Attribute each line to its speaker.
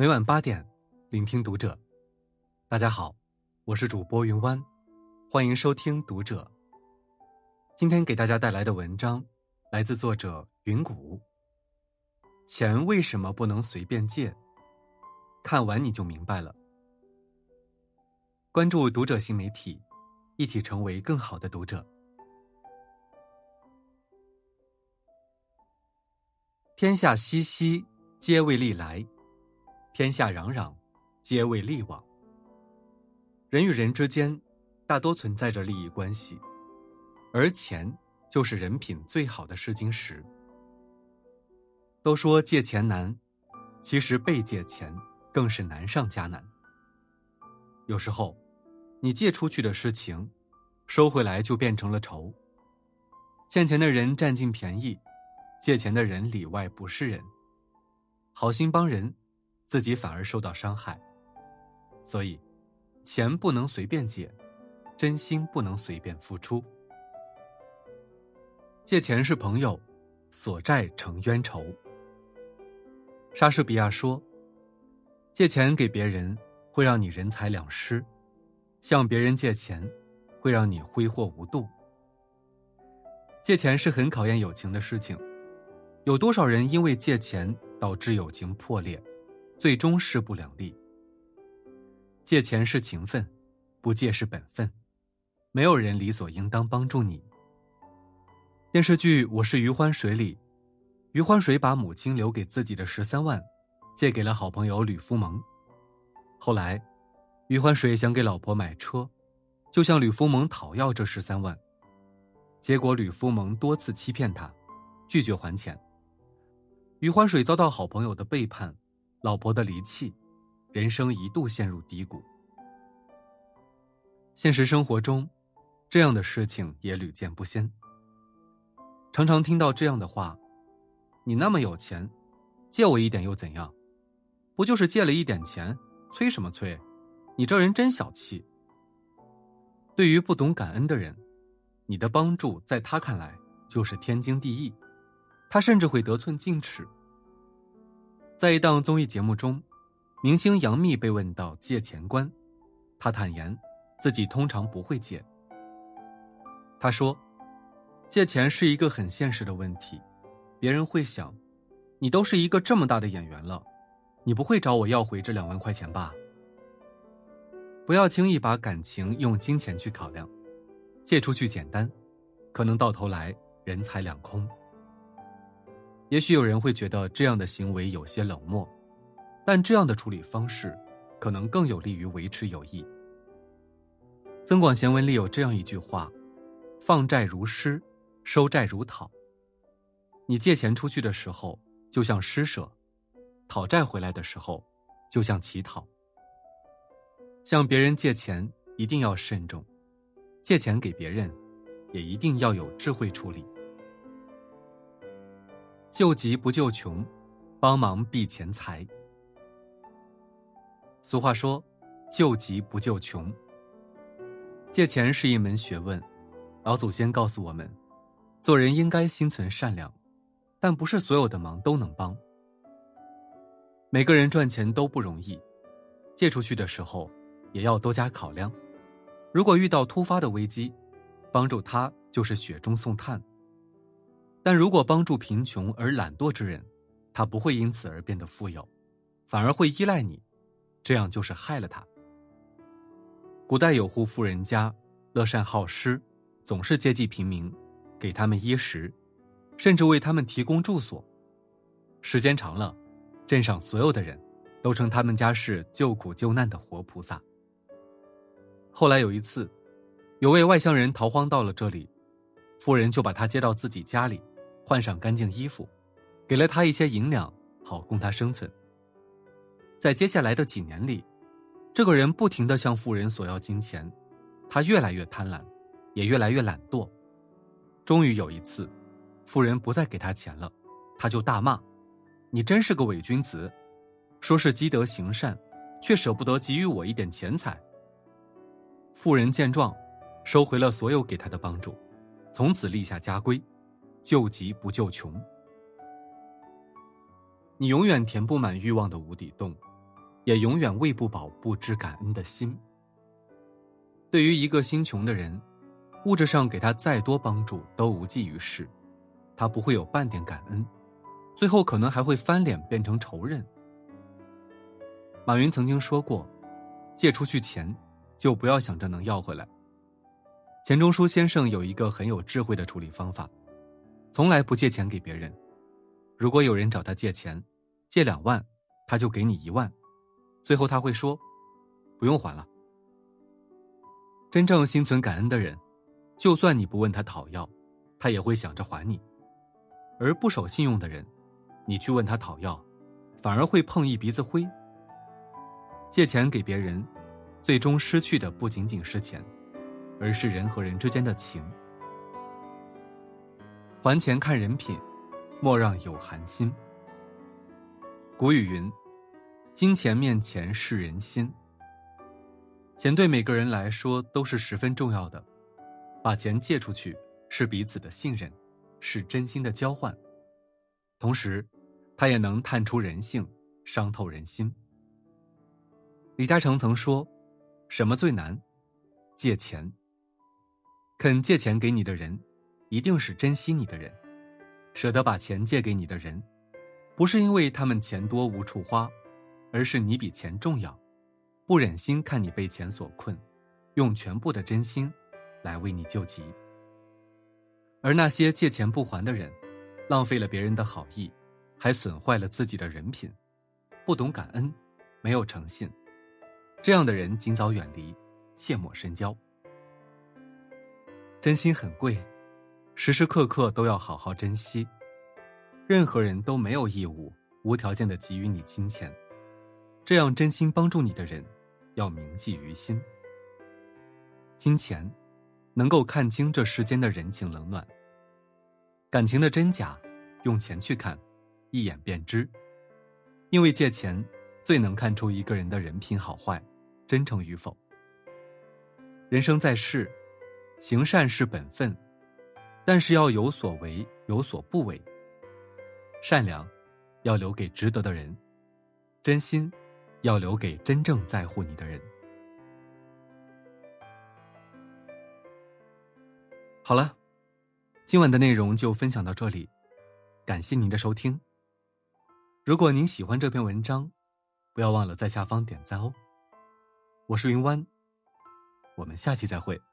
Speaker 1: 每晚8点，聆听读者。大家好，我是主播云湾，欢迎收听读者。今天给大家带来的文章来自作者云谷。钱为什么不能随便借？看完你就明白了。关注读者新媒体，一起成为更好的读者。天下熙熙，皆为利来；天下攘攘，皆为利往。人与人之间大多存在着利益关系，而钱就是人品最好的试金石。都说借钱难，其实被借钱更是难上加难。有时候你借出去的事情收回来就变成了仇，欠钱的人占尽便宜，借钱的人里外不是人，好心帮人，自己反而受到伤害。所以钱不能随便借，真心不能随便付出。借钱是朋友，索债成冤仇。莎士比亚说，借钱给别人会让你人财两失，向别人借钱会让你挥霍无度。借钱是很考验友情的事情，有多少人因为借钱导致友情破裂，最终势不两立。借钱是情分，不借是本分，没有人理所应当帮助你。电视剧《我是余欢水》里，余欢水把母亲留给自己的13万借给了好朋友吕夫蒙。后来余欢水想给老婆买车，就向吕夫蒙讨要这13万，结果吕夫蒙多次欺骗他，拒绝还钱。余欢水遭到好朋友的背叛，老婆的离弃，人生一度陷入低谷。现实生活中，这样的事情也屡见不鲜。常常听到这样的话，你那么有钱，借我一点又怎样？不就是借了一点钱，催什么催？你这人真小气。对于不懂感恩的人，你的帮助在他看来就是天经地义，他甚至会得寸进尺。在一档综艺节目中，明星杨幂被问到借钱观，她坦言自己通常不会借。她说，借钱是一个很现实的问题，别人会想，你都是一个这么大的演员了，你不会找我要回这2万块钱吧？不要轻易把感情用金钱去考量，借出去简单，可能到头来人财两空。也许有人会觉得这样的行为有些冷漠，但这样的处理方式可能更有利于维持友谊。增广贤文里有这样一句话，放债如施，收债如讨。你借钱出去的时候就像施舍，讨债回来的时候就像乞讨。向别人借钱一定要慎重，借钱给别人也一定要有智慧处理。救急不救穷，帮忙避钱财。俗话说，救急不救穷。借钱是一门学问，老祖先告诉我们，做人应该心存善良，但不是所有的忙都能帮。每个人赚钱都不容易，借出去的时候也要多加考量。如果遇到突发的危机，帮助他就是雪中送炭。但如果帮助贫穷而懒惰之人，他不会因此而变得富有，反而会依赖你，这样就是害了他。古代有户富人家，乐善好施，总是接济平民，给他们衣食，甚至为他们提供住所。时间长了，镇上所有的人都称他们家是救苦救难的活菩萨。后来有一次，有位外乡人逃荒到了这里，富人就把他接到自己家里，换上干净衣服，给了他一些银两，好供他生存。在接下来的几年里，这个人不停地向富人索要金钱，他越来越贪婪，也越来越懒惰。终于有一次，富人不再给他钱了，他就大骂，你真是个伪君子，说是积德行善，却舍不得给予我一点钱财。富人见状，收回了所有给他的帮助，从此立下家规，救急不救穷。你永远填不满欲望的无底洞， 也永远喂不饱不知感恩的心。对于一个心穷的人，物质上给他再多帮助都无济于事，他不会有半点感恩，最后可能还会翻脸变成仇人。马云曾经说过，借出去钱就不要想着能要回来。钱钟书先生有一个很有智慧的处理方法，从来不借钱给别人。如果有人找他借钱，借2万，他就给你1万，最后他会说不用还了。真正心存感恩的人，就算你不问他讨要，他也会想着还你。而不守信用的人，你去问他讨要，反而会碰一鼻子灰。借钱给别人，最终失去的不仅仅是钱，而是人和人之间的情。还钱看人品，莫让有寒心。古语云，金钱面前视人心。钱对每个人来说都是十分重要的，把钱借出去是彼此的信任，是真心的交换，同时它也能探出人性，伤透人心。李嘉诚曾说，什么最难？借钱。肯借钱给你的人，一定是珍惜你的人。舍得把钱借给你的人，不是因为他们钱多无处花，而是你比钱重要，不忍心看你被钱所困，用全部的真心来为你救急。而那些借钱不还的人，浪费了别人的好意，还损坏了自己的人品，不懂感恩，没有诚信，这样的人尽早远离，切莫深交。真心很贵，时时刻刻都要好好珍惜。任何人都没有义务无条件地给予你金钱，这样真心帮助你的人要铭记于心。金钱能够看清这世间的人情冷暖，感情的真假用钱去看，一眼便知。因为借钱最能看出一个人的人品好坏，真诚与否。人生在世，行善是本分，但是要有所为，有所不为。善良要留给值得的人，真心要留给真正在乎你的人。好了，今晚的内容就分享到这里，感谢您的收听。如果您喜欢这篇文章，不要忘了在下方点赞哦。我是云湾，我们下期再会。